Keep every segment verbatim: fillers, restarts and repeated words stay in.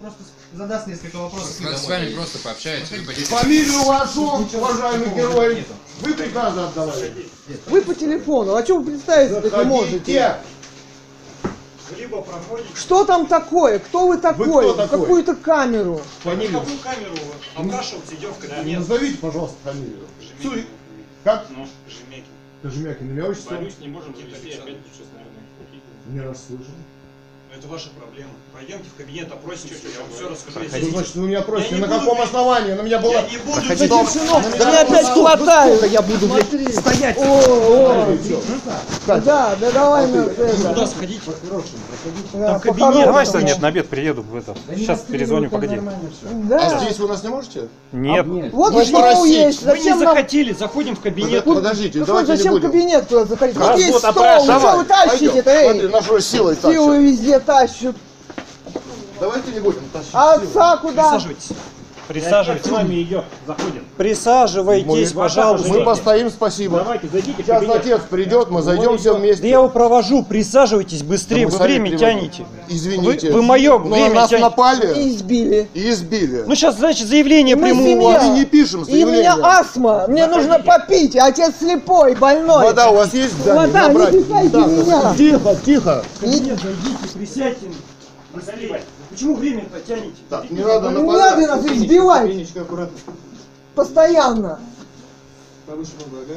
просто задаст несколько вопросов. Надо с вами просто пообщаться. Фамилию вашу, уважаемый герой. Вы приказы отдавали. Вы по телефону. А что вы представить не можете? Либо проходите. Что там такое? Кто вы такой? Вы кто такой? Какую-то камеру. Фамилию. Какую камеру опрашивать идем в кабинет? Назовите, пожалуйста, фамилию. Жемякин. Как? Ну, Жемякин. Кожемякин, имя, отчество? Борюсь, не можем записать, опять сейчас, наверное. Не расслышал. Это ваша проблема. Пойдемте в кабинет, опросите, я вам все расскажу. Что значит, вы меня просите? Я не На буду каком пить. основании? На меня было... Я не буду Да, сидеть. сынок, да мне опять хватает. Я буду стоять. О, о. Да, да давай на Куда это. сходить? Да, в кабинет. по-хорошему. Давай, что нет, на обед приеду в это. Сейчас перезвоню, погоди. А Да. здесь вы нас не можете? Нет. Вот Ну, и что спросить. есть. Вы не Зачем нам... захотели, заходим в кабинет. Подождите, Ну что, давайте не зачем в будем. кабинет туда заходить? Как Вот есть вот стол, опрашивать? что вы тащите-то, Смотри, эй? нашу силой Силы тащат. везде тащат. Давайте не будем тащить. А силой. отца куда? Присаживайтесь. Присаживайтесь. С вами идет, заходим. Присаживайтесь, Мы- пожалуйста. Мы постоим, спасибо. Давайте, зайдите в Сейчас кабинет. отец придет, мы зайдем все Да вместе. я его провожу, присаживайтесь быстрее, Да мы вы сами время приводим. тянете. Извините. Вы, вы мое Но на время нас тянете. напали И избили. и избили. Ну сейчас, значит, заявление Мы приму у семья. вас. Мы не пишем И у меня заявление. астма, мне нужно попить, а отец слепой, больной. Вода у вас есть? Да, Вода, не набрать. пихайте Да, меня. Тихо, тихо. Нет, зайдите, присядьте. Быстрее. Почему время-то тянете? Так, не надо Не нападать. надо нас избивать. Ступенечка, аккуратно. Постоянно. Повыше нога,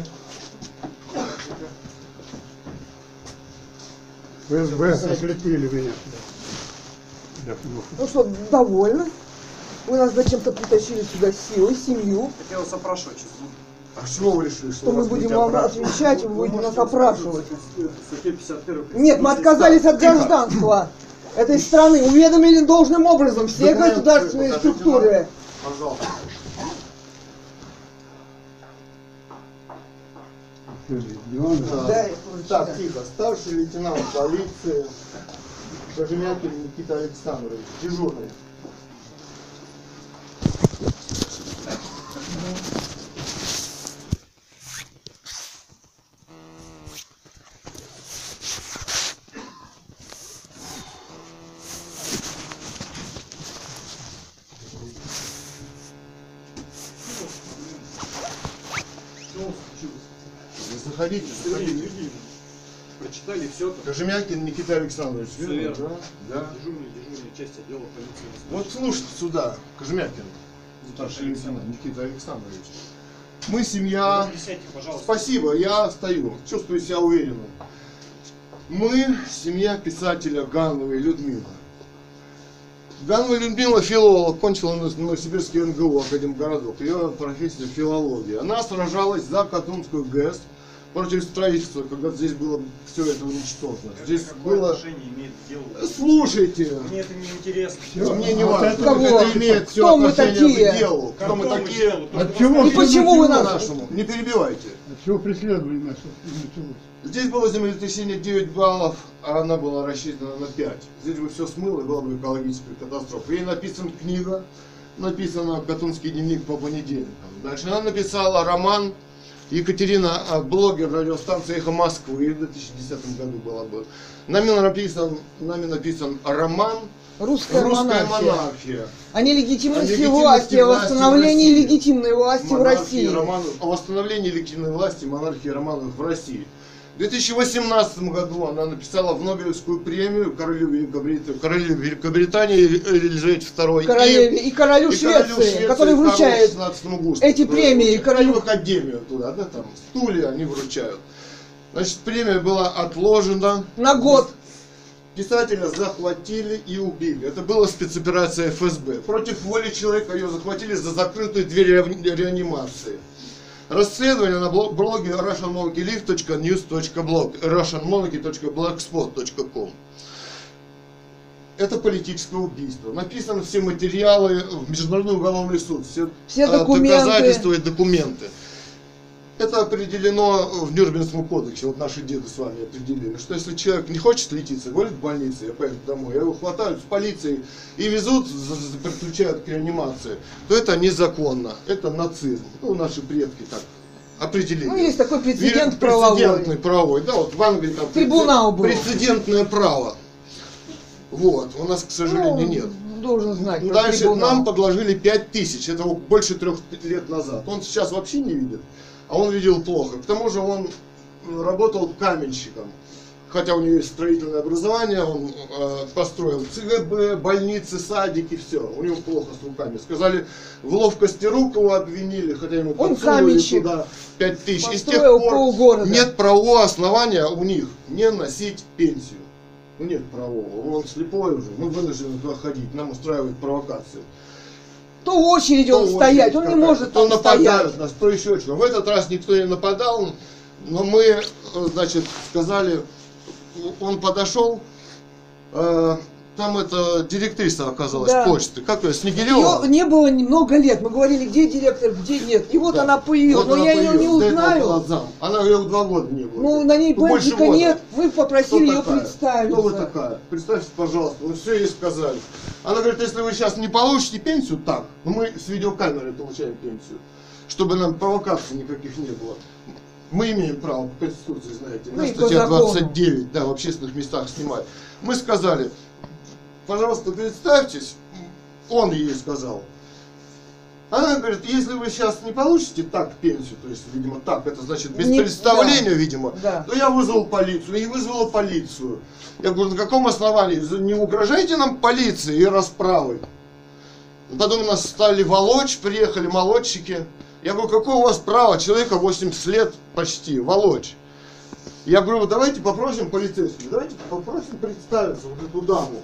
ага. ФСБ ослепили меня. Ну что, довольны? Вы нас зачем-то притащили сюда силой, семью, Я вас опрашиваю сейчас. А с чего вы решили, что что мы вас будем будете вам опрашивать? отвечать, вы будете нас опрашивать. Статья пятьдесят первая. Нет, мы отказались от гражданства этой страны, уведомили должным образом все Документы государственные покажите структуры. нам. Пожалуйста. Да, Так, я так, тихо. Старший лейтенант полиции Кожемякин Никита Александрович, дежурный. Заходите, заходите. Прочитали все. Кожемякин Никита Александрович. Все верно. Да? Да. Дежурная, дежурная часть отдела полиции. Вот слушайте сюда, Кожемякин, старший лейтенант Никита Александрович. Мы семья. Присядьте, пожалуйста. Спасибо, я стою, чувствую себя уверенно. Мы семья писателя Гановой Людмилы. Ганова Людмила филолог, кончила Новосибирский эн гэ у, Академгородок. Ее профессия филология. Она сражалась за Катунскую ГЭС против строительства, когда здесь было все это уничтожено. Здесь Какое было... отношение имеет к делу? Слушайте, Мне это не интересно. мне не важно, Кого? это имеет все Кто мы отношение такие? к делу. Кто мы Какому такие? делу? От чего? И почему вы нас... Нашему. Не перебивайте. От чего преследование наше началось? Здесь было землетрясение девять баллов, а она была рассчитана на пять. Здесь бы все смыло, и была бы экологическая катастрофа. Ей написана книга, написана «Катунский дневник по понедельникам». Дальше она написала роман. Екатерина, блогер радиостанции «Эхо Москвы», в две тысячи десятом году была бы. Нами написан, нами написан роман Русская, «Русская монархия. монархия». О нелегитимности О легитимности власти, о власти восстановлении в России. легитимной власти в Монархии России. Романов, о восстановлении легитимной власти монархии Романовых в России. В две тысячи восемнадцатом году она написала в Нобелевскую премию королю Великобритании, королю Великобритании Елизавете второй Королеве и королю и королю Швеции, Швеции который Карлу вручает шестнадцатому Густаву. эти премии, И королю- в академию туда, да, там стулья они вручают. Значит, премия была отложена. на год. Писателя захватили и убили. Это была спецоперация эф эс бэ. Против воли человека ее захватили за закрытую дверь реанимации. Расследование на блоге russian monarchy live точка news точка blog, russian monarchy точка blogspot точка com. Это политическое убийство. Написаны все материалы в Международный уголовный суд, все, Все документы. доказательства и документы. Это определено в Нюрнбергском кодексе, вот наши деды с вами определили, что если человек не хочет лечиться, говорит в больнице, я поеду домой, его хватают с полицией и везут, подключают к реанимации, то это незаконно, это нацизм. Ну, наши предки так определили. Ну, есть такой прецедент Вер- правовой. Прецедентный правовой, да, вот в Англии там Трибунал был. прецедентное право. Вот, у нас, к сожалению, Ну, нет. должен знать. про Дальше трибунал. нам подложили пять тысяч, это больше трех лет назад. Он сейчас вообще не видит, а он видел плохо. К тому же он работал каменщиком. Хотя у него есть строительное образование, он э, построил ЦГБ, больницы, садики, все. У него плохо с руками. Сказали, в ловкости рук его обвинили, хотя ему Он подсунули каменщик. туда пять тысяч. И с тех Построил пор полгорода. нет правового основания у них не носить пенсию. Ну нет правового. Он слепой уже, мы вынуждены туда ходить, нам устраивают провокацию. То в очереди То он очередь стоять, он не какая-то, может то там стоять. нападают нас, то еще что. В этот раз никто не нападал, но мы, значит, сказали, он подошел, э, там это директриса оказалась Да. почты, как ее, Снегирева? Ее не было много лет. Мы говорили, где директор, где нет. И вот Да. она появилась. Вот Но она я ее не появилась, до этого была узнаю. зам. Она ее два года не было. Ну, на ней Ну, больше бэджика года. нет. Мы попросили Кто ее такая? представиться. Кто вы такая? Представьте, пожалуйста. Мы все ей сказали. Она говорит, если вы сейчас не получите пенсию, так, ну мы с видеокамеры получаем пенсию, чтобы нам провокаций никаких не было. Мы имеем право по Конституции, знаете, Ну на и по статья закону. двадцать девять, да, в общественных местах снимать. Мы сказали, пожалуйста, представьтесь, он ей сказал. Она говорит, если вы сейчас не получите так пенсию, то есть, видимо, так, это значит без Не- представления, да. видимо, Да. то я вызвал полицию, и вызвала полицию. Я говорю, на каком основании? Не угрожайте нам полиции и расправой. Потом нас стали волочь, приехали молодчики. Я говорю, какое у вас право человека восемьдесят лет почти волочь? Я говорю, давайте попросим полицейских, давайте попросим представиться вот эту даму.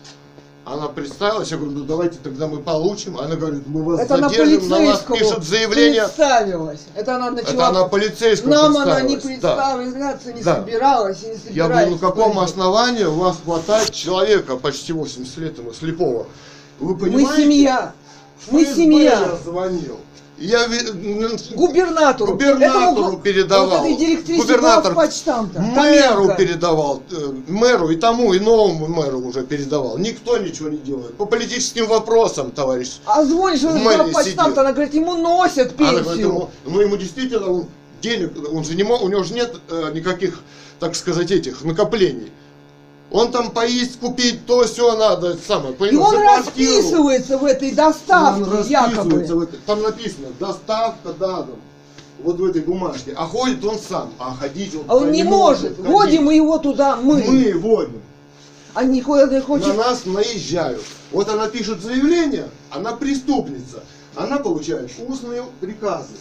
Она представилась, я говорю, ну давайте тогда мы получим. Она говорит, мы вас Это она задержим, на вас полицейскому пишут заявление. представилась. Это она начала... Это она полицейскому Нам она не представилась, да. представляться не Да. собиралась и не Я собирается. говорю, ну каком говорить. основании у вас хватает человека почти восемьдесят лет ему слепого? Вы Мы понимаете? семья. Мы эф эс бэ семья. Я звонил. Я ви- Губернатору. губернатору Этому гу- передавал. Вот этой директрисе Губернатор главпочтамта. мэру Томенко. передавал, э, мэру и тому, и новому мэру уже передавал. Никто ничего не делает. По политическим вопросам, товарищ. А звонишь в в мэрии сидит. главпочтамт, она говорит, ему носят Она говорит, пенсию. ему, ну ему действительно он денег, он же не мог, у него же нет э, никаких, так сказать, этих накоплений. Он там поесть, купить, то все надо, самое, И понимаешь, он за квартиру. расписывается в этой Он доставке, якобы. расписывается в этой- там написано доставка на дом. Вот в этой бумажке. А ходит он сам. А ходить он, А он туда не может. ходить. Водим мы его туда, мы. Мы водим. А не ходят, не На хочет. нас наезжают. Вот она пишет заявление, она преступница. Она получает устные приказы.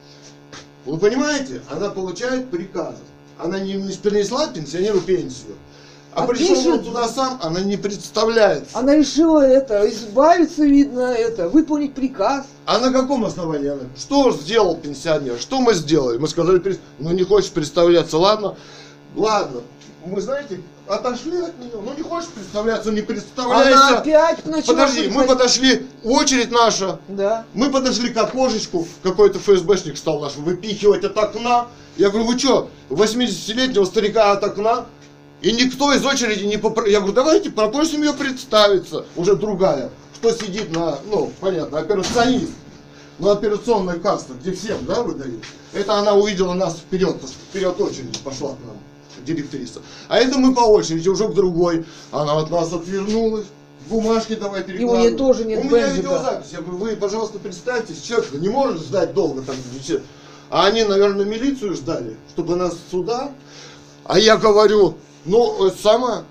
Вы понимаете? Она получает приказы. Она не не принесла пенсионеру пенсию. А, А пришел пишет- он туда сам, она не представляется. Она решила это, избавиться, видно, это, выполнить приказ. А на каком основании она? Что сделал пенсионер? Что мы сделали? Мы сказали, прис- ну не хочешь представляться, ладно? Ладно. Мы, знаете, отошли от нее. Ну не хочешь представляться, не Она представляйся. опять начала... Подожди, мы приходить. подошли, очередь наша. Да. Мы подошли к окошечку, какой-то эф эс бэшник стал наш выпихивать от окна. Я говорю, вы что, восьмидесятилетнего старика от окна? И никто из очереди не попросил. Я говорю, давайте попросим ее представиться. Уже другая, кто сидит на, ну, понятно, операционист. На операционной кассе, где всем, да, выдают. Это она увидела нас вперед, вперед очереди пошла к нам, директриса. А это мы по очереди, уже к другой. Она от нас отвернулась. Бумажки давай перекладывай. нее тоже нет У меня бэджика. видеозапись. Я говорю, вы, пожалуйста, представьтесь, человек не может ждать долго там. Где. А они, наверное, милицию ждали, чтобы нас сюда. А я говорю, ну, это самое,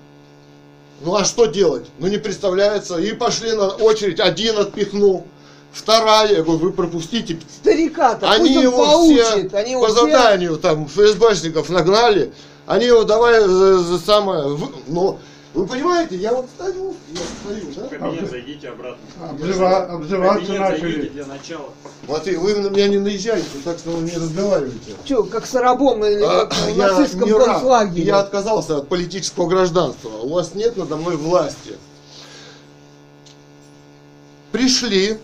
ну а что делать? Ну не представляется. И пошли на очередь, один отпихнул, вторая, я говорю, вы пропустите. Старика-то, Они пусть он его поучит. все Они его по все- заданию там эф эс бэшников нагнали, они его давай за, за самое, в- ну, вы понимаете, я вот стою, я стою, В да? кабинет зайдите обратно. Обзыва- В обзываться кабинет начали. зайдите для начала. Смотри, вы на меня не наезжаете, так что вы не разговариваете. Че, как с рабом или А, как в я нацистском не раб. концлагере? Я отказался от политического гражданства. У вас нет надо мной власти. Пришли.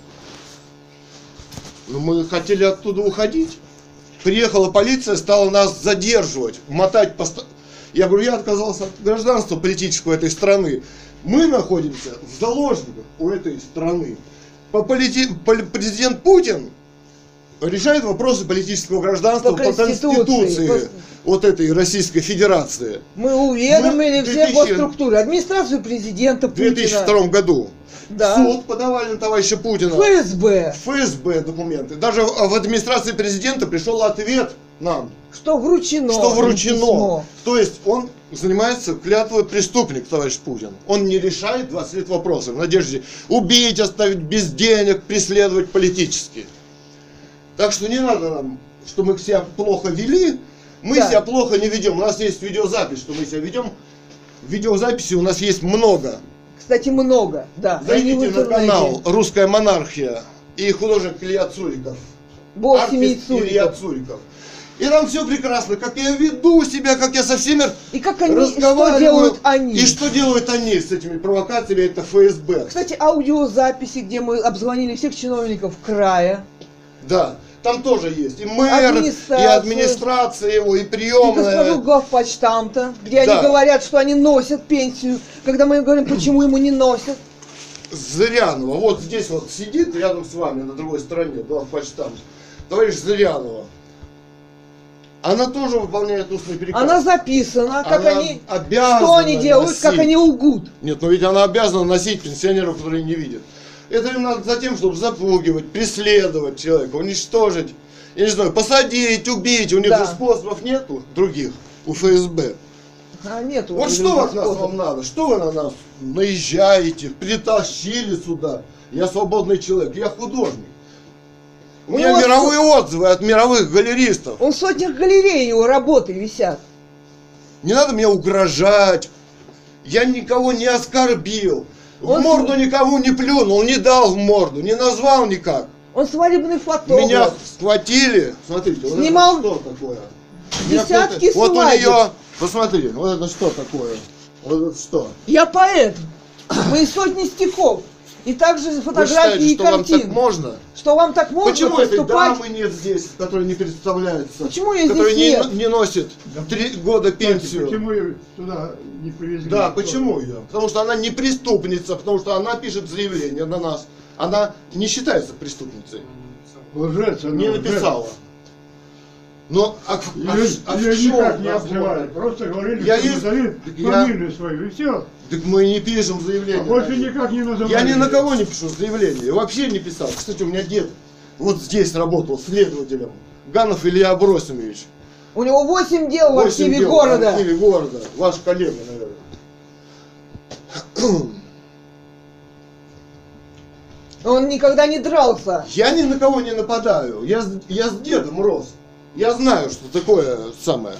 Ну, мы хотели оттуда уходить. Приехала полиция, стала нас задерживать, мотать по... ста- Я говорю, я отказался от гражданства политического этой страны. Мы находимся в заложниках у этой страны. По полити- поли- Президент Путин решает вопросы политического гражданства По по, Конституции. Конституции. вот этой Российской Федерации Мы уведомили Мы в все 2000 госструктуры, администрацию президента в две тысячи Путина, втором году. да. В суд подавали на товарища Путина. ФСБ, ФСБ документы. Даже в администрации президента пришел ответ нам, что вручено. что вручено. письмо. То есть он занимается клятвой преступник, товарищ Путин. Он не решает двадцать лет вопросов в надежде убить, оставить без денег, преследовать политически. Так что не надо нам, что мы себя плохо вели. Мы Да. себя плохо не ведем. У нас есть видеозапись, что мы себя ведем. Видеозаписи у нас есть много. Кстати, много, да. Они в Зайдите на интернете. канал «Русская монархия» и художник Илья Цуриков. Бог семьи Артист Илья Цуриков. Цуриков. И там все прекрасно, как я веду себя, как я со всеми И как они, что разговариваю. делают они. И что делают они с этими провокациями, это ФСБ. Кстати, аудиозаписи, где мы обзвонили всех чиновников края, Да, там тоже есть. И мэр, и Администрация. администрация его, и и приемная. госпожу главпочтамта, где Да. они говорят, что они носят пенсию, когда мы им говорим, почему ему не носят. Зырянова. Вот здесь вот сидит рядом с вами на другой стороне, главпочтамт. Товарищ Зырянова. Она тоже выполняет устный приказ. Она записана, как Она они, обязана что они делают, как носить. они лгут. Нет, но ведь она обязана носить пенсионеров, которые не видят. Это им надо за тем, чтобы запугивать, преследовать человека, уничтожить, я не знаю, посадить, убить. У них Да. же способов нету других, у ФСБ. А нету. Вот других что от нас способов. вам надо? Что вы на нас наезжаете, притащили сюда? Я свободный человек, я художник. У меня Ну, вот мировые отзывы от мировых галеристов. Он в сотнях галерей, у него работы висят. Не надо мне угрожать. Я никого не оскорбил. В Он- морду никому не плюнул, не дал в морду, не назвал никак. Он свадебный фотограф. Меня схватили. Смотрите, вот Снимал это что такое? Меня десятки кто-то- Вот у свадеб. нее, посмотри, вот это что такое? Вот это что? Я поэт. Мои сотни стихов. И также Вы фотографии считаете, и что вам так картин. можно? Что вам так можно Почему этой поступать? дамы нет здесь, которая не представляется? Почему ее которая здесь не, нет? не носит три года пенсию? Почему ее сюда не привезли? Да, почему ее? Потому что она не преступница, потому что она пишет заявление на нас. Она не считается преступницей. Лжец, она Не лжец. написала. Но а, в- а, Ее, в- а в ее чем никак не разбор? обзывали, просто говорили, Я что есть- назови я- фамилию свою, и все. Так мы не пишем заявление. А больше на них. никак не называли. Я ни на кого не пишу заявление. Я вообще не писал. Кстати, у меня дед вот здесь работал следователем. Ганов Илья Абросимович. У него восемь дел в Восемь архиве дел в города. архиве города. Ваш коллега, наверное. Он никогда не дрался. Я ни на кого не нападаю. Я, с- я с дедом рос. Я знаю, что такое самое.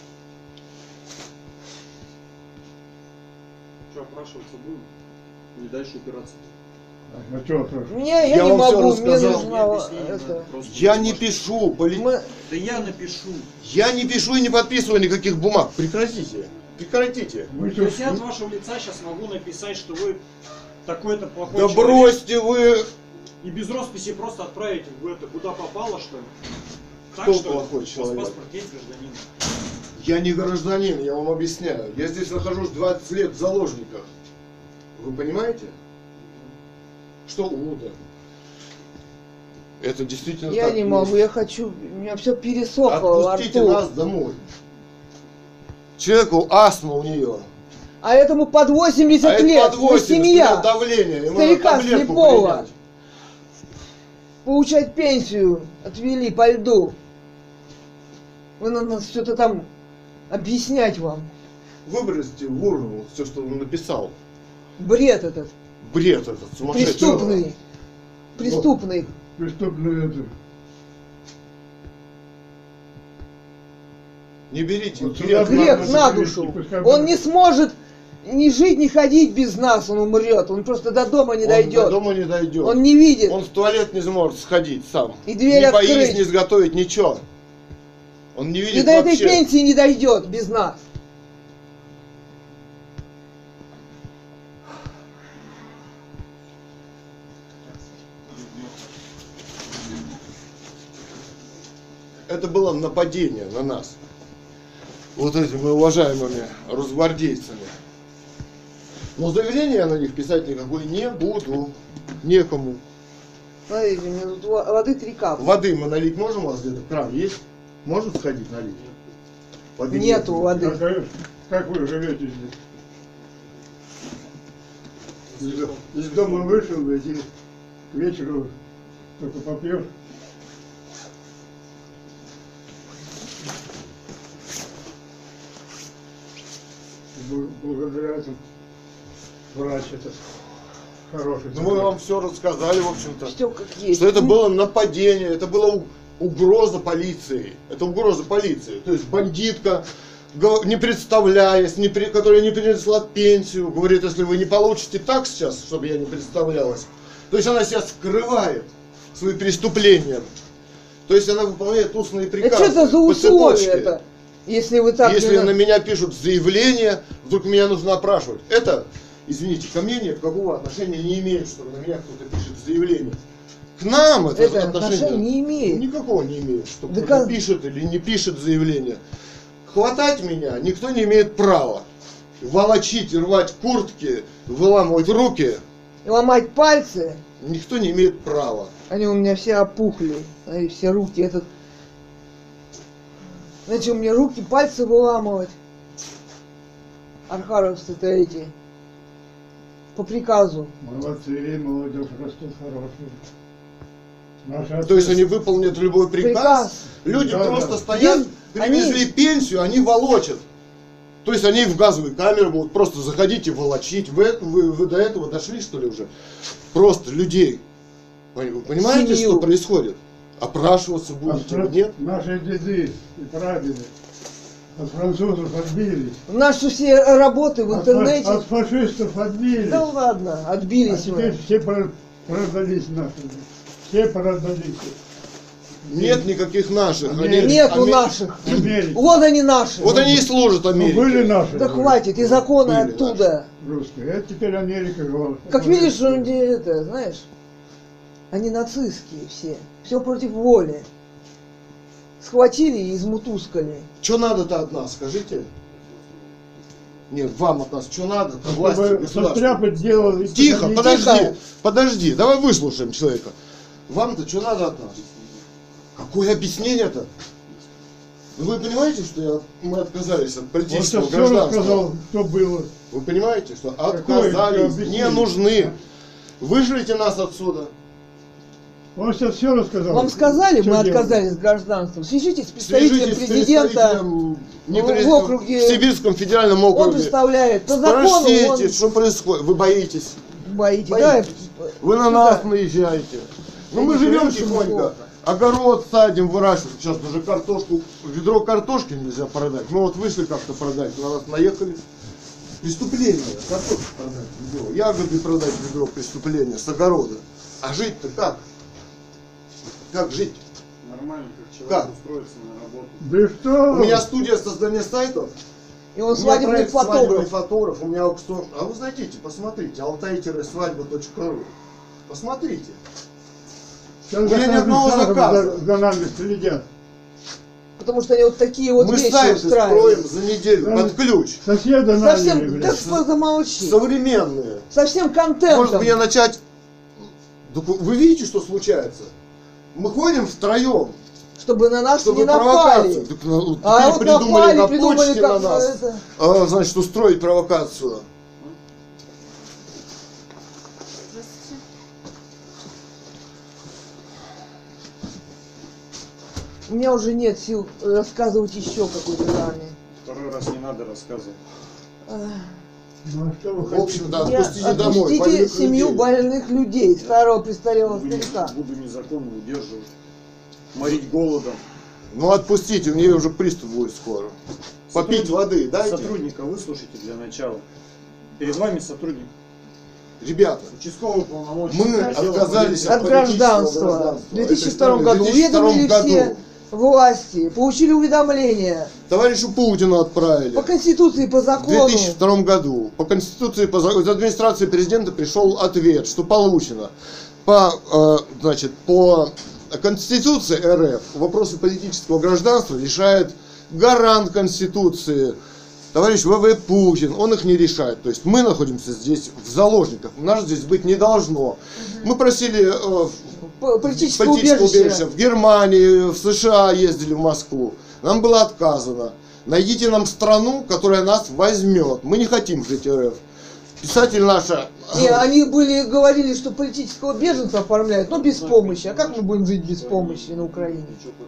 Что, опрашиваться будем? Или дальше упираться? А что прошу? Мне я, Я не вам всё могу, мне рассказал. нужна Мне объяснение это. надо просто. Я не пишу. поли- Мы- Да я напишу. Я не пишу и не подписываю никаких бумаг. Прекратите. Прекратите. Вы То что, есть я от вашего лица сейчас могу написать, что вы такой-то плохой Да человек. бросьте вы. И без росписи просто отправить в это, куда попало, что ли? Так, Кто что ли? плохой У вас человек? паспорт есть, гражданин? Я не гражданин, я вам объясняю. Я здесь нахожусь двадцать лет в заложниках. Вы понимаете? Что Уда? Это действительно Я так не есть. могу, я хочу, у меня все пересохло во Отпустите рту. нас домой. Человеку астма у нее. А этому под восемьдесят А это лет, под восемьдесят, мы у него семья, давление, ему Старика надо таблетку слепого. принять. получать пенсию отвели по льду. Вы надо нас что-то там объяснять вам. Выбросьте в урну все, что он написал. Бред этот, Бред этот сумасшедший. преступный, преступный. преступный это? Не берите. Вот грех сюда на Грех душу. на Пускай душу. будет. Он не сможет ни жить, ни ходить без нас, он умрет. Он просто до дома не Он до дойдет. дома не дойдет. Он не видит. Он в туалет не сможет сходить сам. И дверь не поесть, открыть. не сготовить, ничего. Он не видит И до этой вообще. пенсии не дойдет без нас. Это было нападение на нас. Вот этими уважаемыми росгвардейцами. Но заявление я на них писать никакой не буду. Некому. Смотрите, у меня тут во- воды три капли. Воды мы налить можем, у вас где-то кран есть? Можем сходить налить? Воды Нету нет. воды. Как, как вы живете здесь? Из, из дома вышел, и к вечеру только попьешь. Бл- Благодаря этому врач этот хороший. Ну, мы вам все рассказали, в общем-то. Все как есть. Что это было нападение, это была у- угроза полиции. Это угроза полиции. То есть бандитка, го- не представляясь, не при- которая не принесла пенсию, говорит, если вы не получите так сейчас, чтобы я не представлялась. То есть она сейчас скрывает свои преступления. То есть она выполняет устные Это приказы. что это за по условия цепочке. это? Если вы так... Если не- на меня пишут заявление, вдруг меня нужно опрашивать. Это, извините, ко мне никакого отношения не имеет, что на меня кто-то пишет заявление. К нам это, Это отношение отношения не имеет. никакого не имеет, что Да кто-то как- пишет или не пишет заявление. Хватать меня никто не имеет права. Волочить, рвать куртки, выламывать руки И ломать пальцы, никто не имеет права. они у меня все опухли. Смотри, все руки. Этот... Знаете, у меня руки, пальцы выламывать. Архаровцы-то эти. По приказу. Молодцы, молодежь растут хорошие. Наши отцы- То есть они выполнят любой приказ. Приказ. Люди Да, просто да. стоят, Есть- привезли они- пенсию, они волочат. То есть они в газовую камеру будут просто заходить и волочить. Вы, вы, вы до этого дошли, что ли, уже? Просто людей. Вы понимаете, Семью. что происходит? Опрашиваться А будете, фра- нет? Наши деды и прадеды от французов отбились. Наши все работы в От, фа- интернете. от фашистов отбились. Да ладно, А отбились теперь мы. все про- продались наши. Все продались. Нет никаких наших. Они- Нету Аме- наших. Америка. Вот они наши. Вот они и служат Ну, Америке. были наши. Да были, хватит, и законы Были оттуда. Русские. Это теперь Америка говорит. Как видишь, они это, знаешь, они нацистские все. Все против воли. Схватили и измутускали. Что надо-то от нас, скажите? Нет, вам от нас что надо? Власти, Чтобы государства. состряпать делал. и Тихо, посадить. подожди, Тихо. подожди, давай выслушаем человека. Вам-то что надо от нас? Какое объяснение-то? Ну, вы понимаете, что я, мы отказались от Он политического сейчас все гражданства? рассказал, что было. Вы понимаете, что Какое отказались, объяснение? не нужны. Вышлите нас отсюда. Он сейчас все рассказал. Вам сказали, Что мы делать? отказались от гражданства. Свяжитесь с представителем Свяжитесь с президента. представителем не в през- округе. в Сибирском федеральном Он округе. представляет. По закону Спросите, он что происходит. Вы боитесь. боитесь. Боитесь. Да, Вы на сюда. нас наезжаете. Ну мы Это живем очень тихонько. плохо. Огород садим, выращиваем. Сейчас даже картошку, ведро картошки нельзя продать. Мы вот вышли как-то продать, на нас наехали. Преступление. Картошку продать ведро. Ягоды продать ведро, преступление с огорода. А жить-то как? Как жить? Нормально, как человек Как? устроиться на работу. Да и что? У меня студия создания сайтов. И он У меня свадебный проект свадебный фотограф. фотограф. У меня аукцион. А вы зайдите, посмотрите. алтай свадьба точка ру. Посмотрите. Сейчас у меня за ни нами одного садом заказа. За, за нами следят. Потому что они вот такие вот Мы вещи сайты строим устраивают. за неделю Да. под ключ. Соседа наняли, Совсем, да блядь. что замолчи. Современные. Совсем Может контентом. мне начать... Да Вы видите, что случается? Мы ходим втроем, Чтобы на нас чтобы не провокацию. напали. Так, ну, А теперь вот придумали напали, на придумали почте как на нас. это. А, значит, устроить провокацию. У меня уже нет сил рассказывать еще какой-то драме. Второй раз не надо рассказывать. Ах. Ну а что вы В хотите? общем-то, Я- отпустите домой. Отпустите больных семью людей. больных людей, старого престарелого Буду, старика. буду незаконно удерживать. Морить голодом. Ну отпустите, мне уже приступ будет скоро. Попить Сотрудник- воды дайте. Сотрудника выслушайте для начала. Перед вами сотрудник. Ребята, Участковый полномочий. мы отказались От от гражданства. В две тысячи втором году В две тысячи втором уведомили году. все власти, получили уведомление Товарищу Путину отправили. по конституции, по В закону. две тысячи втором году по конституции, по, за- из администрации президента пришел ответ, что получено по, э, значит, по конституции эр эф вопросы политического гражданства решает гарант конституции, товарищ вэ вэ Путин, он их не решает. То есть мы находимся здесь в заложниках, нас здесь быть не должно. Мы просили э, П- Политическое политическое убежище. убежище в Германии, в США ездили, в Москву. Нам было отказано. Найдите нам страну, которая нас возьмет. Мы не хотим жить в РФ. Писатель наша... Не, они были, говорили, что политического беженца оформляют, но без помощи. А как мы будем жить без помощи на Украине?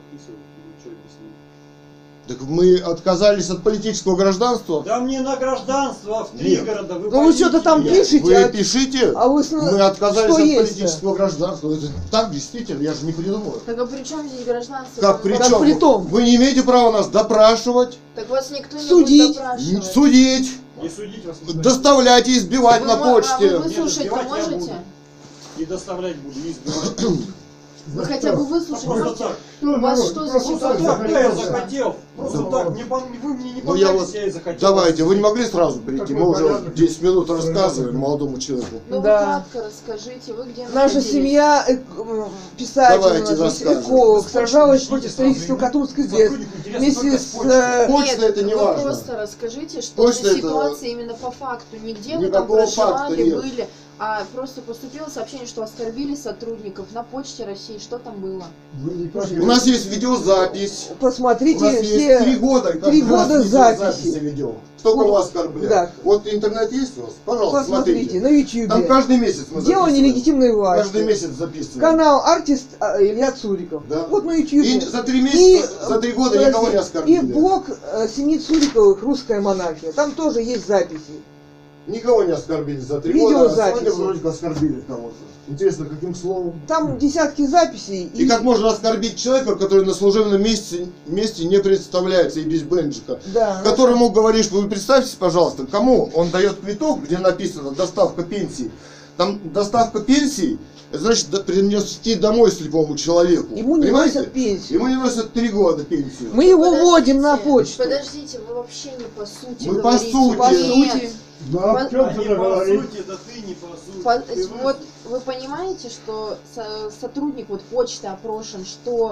Так мы отказались от политического гражданства. Да мне на гражданство в три Нет. города. Вы Ну вы что-то там поймите. пишете, Вы а, пишите, а вы с- мы отказались что от есть-то? политического гражданства. Это так действительно, я же не придумываю. Так а при чем здесь гражданство? Как при Как чем? при том? Вы не имеете права нас допрашивать, Так вас никто не Судить. будет допрашивать. судить, Не судить вас никто не доставлять и избивать Вы на мо- а почте. вы выслушать-то избивать я можете? буду. И доставлять буду, и избивать. Вы хотя бы выслушать Просто можете? так. Что У вас народ, что за просто Просто так так, да, я захотел. захотел. Просто Ну, так. Не пон- Вы мне не Ну я понравились, вот, я и захотел. давайте, вы не могли сразу прийти, мы уже порядок. десять минут рассказываем молодому человеку. Ну Да. вы кратко расскажите, вы где Наша находились? семья, э, э, писатель, Давайте, у нас, рассказывай. эколог, сражалась против Начните строительства сразу, Катунской ГЭС. сотруднику интересно Вместе только с... с почты. э, Почта Нет, это не вы важно. просто расскажите, что Почта за это- ситуация именно по факту. Не где вы там Никакого факта проживали, нет. были, а просто поступило сообщение, что оскорбили сотрудников на почте России. Что там было? Вы никак не- У нас есть видеозапись. У Посмотрите нас все... есть три года, как три раз года видеозаписи записи. ведем. Кто кого оскорбляет. Да. Вот интернет есть у вас? Пожалуйста, Посмотрите смотрите. на ютубе. Там каждый месяц мы Дело записываем. нелегитимной власти. Каждый месяц записываем. Канал артист а, Илья Цуриков. Да. Вот на ютубе. И за три месяца, за три года подожди, никого не оскорбили. И блог э, семьи Цуриковых «Русская монархия». Там тоже есть записи. Никого не оскорбили за три Видеозаписи. года, а сегодня вроде как оскорбили кого-то. Интересно, каким словом? Там десятки записей. И как можно оскорбить человека, который на служебном месте, месте не представляется и без бенджика? Да. Которому говоришь, вы представьте, пожалуйста, кому он дает квиток, где написано доставка пенсии. Там доставка пенсии, это значит до- принести домой слепому человеку. Ему не Понимаете? носят пенсию. Ему не носят три года пенсию. Мы его Подождите, вводим на почту. Подождите, вы вообще не по сути Мы по говорите. сути. По Нет. сути. Ну а в чем А не тогда по говорить? сути, да ты не по сути. По- Ты вы- вот вы понимаете, что со- сотрудник вот почты опрошен, что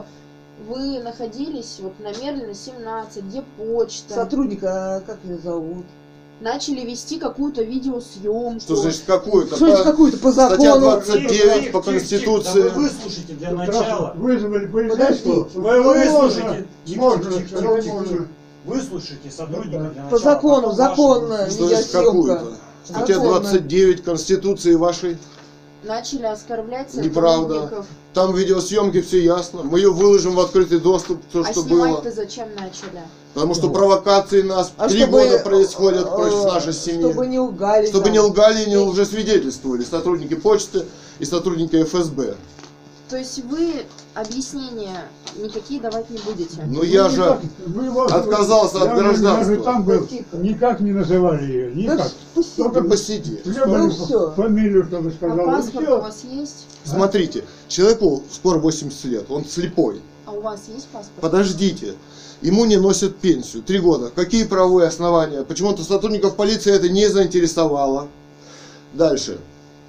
вы находились вот на Мерлина семнадцать, где почта, Сотрудника, а как ее зовут? начали вести какую-то видеосъемку. Что значит какую-то? Что это какую-то по Статья закону? двадцать девять по Тихо, тихо, тихо. Конституции. Да вы выслушайте для Тут начала. раз Вызвали Подожди. полицейского. Вы выслушайте. Тихо, Можно, тихо, тихо, можно, тихо. можно. Выслушайте сотрудника для начала. По закону, потом законно. ваши- Что значит Видеосъемка. какую-то? Статья Законно. двадцать девять Конституции вашей. Начали оскорблять Неправда. сотрудников. Там видеосъемки, все ясно. Мы ее выложим в открытый доступ, то, А что было. снимать-то зачем начали? Потому что провокации нас А три чтобы, года происходят э, против нашей семьи. Чтобы не лгали. Чтобы там. не лгали и не лжесвидетельствовали сотрудники почты и сотрудники эф эс бэ. То есть вы объяснения никакие давать не будете? Но я же Никак- вы его- отказался от я же- гражданства. Я же там был, Тихо. никак не называли ее, Да никак. пусть только сидит. посиди. Требовали Ну всё. фамилию, чтобы А сказал, и паспорт у все. вас есть? Смотрите, человеку скоро восемьдесят лет, он слепой. А у вас есть паспорт? Подождите. Ему не носят пенсию. Три года. Какие правовые основания? Почему-то сотрудников полиции это не заинтересовало. Дальше.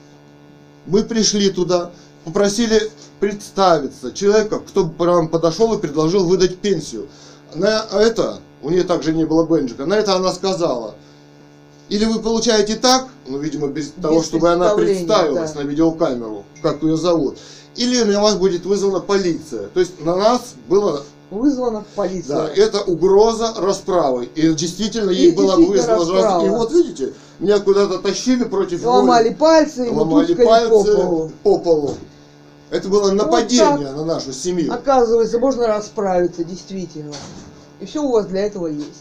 Мы пришли туда, попросили представиться человека, кто бы нам подошел и предложил выдать пенсию. На это, у нее также не было бенджика, на это она сказала, или вы получаете так, ну, видимо, без, того, чтобы она представления, представилась да. на видеокамеру, как ее зовут, или на вас будет вызвана полиция. То есть на нас было... Вызвана полиция. Да, это угроза расправы. И действительно ей И было действительно вызвано. расправа. И вот видите, меня куда-то тащили против Ломали воли. пальцы, ему Ломали тускали пальцы по полу. по полу. Это было нападение так. на нашу семью. Оказывается, можно расправиться, действительно. И все у вас для этого есть.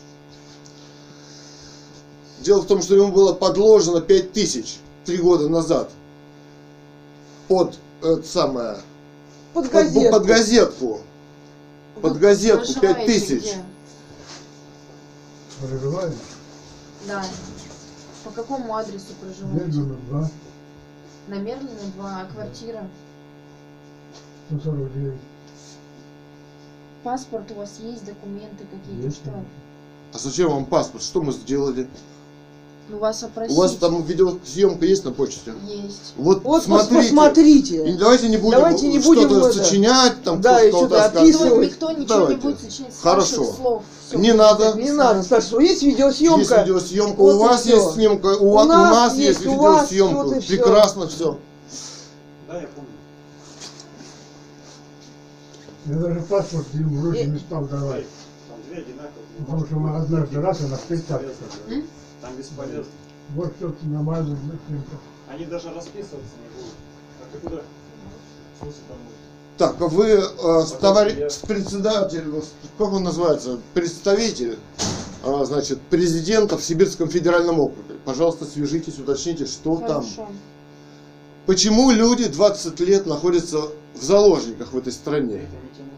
Дело в том, что ему было подложено пять тысяч три года назад. Под это самое. Под Под, газету. под газетку. Под Вы газетку пять проживаете тысяч. где? Проживаем. Да. По какому адресу проживаете? Медленно, два, На Мерлина два, а квартира? сто сорок девять. Паспорт у вас есть, документы какие-то, Есть, что? конечно. А зачем вам паспорт? Что мы сделали? Ну вас опросить. У вас там видеосъемка есть на почте? Есть. Вот, Вот смотрите. посмотрите. И давайте не будем Давайте не что-то будем это- сочинять, там Да, кто-то и что-то кого-то Никто, оскорбить. никто ничего Давайте. не будет сочинять с Хорошо. ваших слов. Всё Не будет надо. записано. Не надо, Саша, есть видеосъемка. Есть видеосъемка, Вот у и вас всё. есть снимка, у, У вас, у нас нас есть, есть, у вас, видеосъемка. вот и всё. Прекрасно все. Да, я помню. Я даже паспорт ему вроде И- не стал давать. Там две одинаковые. Потому что мы однажды раз и на спектакль. Бесполезно. Там бесполезно. Вот что-то нормально. Они даже расписываться не будут. А ты куда? В смысле домой? Так, а вы э, с товарищ, с председателем, как он называется, представитель, э, значит, президента в Сибирском федеральном округе. Пожалуйста, свяжитесь, уточните, что там. Хорошо. Почему люди двадцать лет находятся в заложниках в этой стране?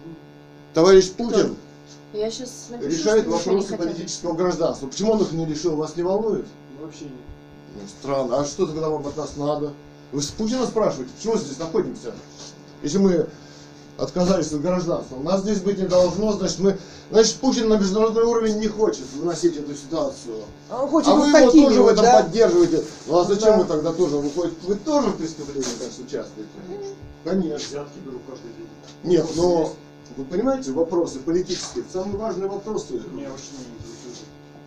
Товарищ Путин Я сейчас напишу, решает что ничего не вопросы хотят. политического гражданства. Почему он их не решил? Вас не волнует? Ну, вообще нет. Ну, странно. А что тогда вам от нас надо? Вы с Путина спрашиваете, почему мы здесь находимся? Если мы отказались от гражданства. У нас здесь быть не должно, значит, мы, значит, Путин на международный уровень не хочет выносить эту ситуацию. А он хочет А вы его тоже в констатировать, этом да? поддерживаете. Ну а зачем Да. вы тогда тоже выходите? Вы тоже в преступлении, конечно, участвуете? Конечно. Взятки беру каждый день. Нет, но вы понимаете, вопросы политические, самые важные вопросы. Меня вообще не интересует.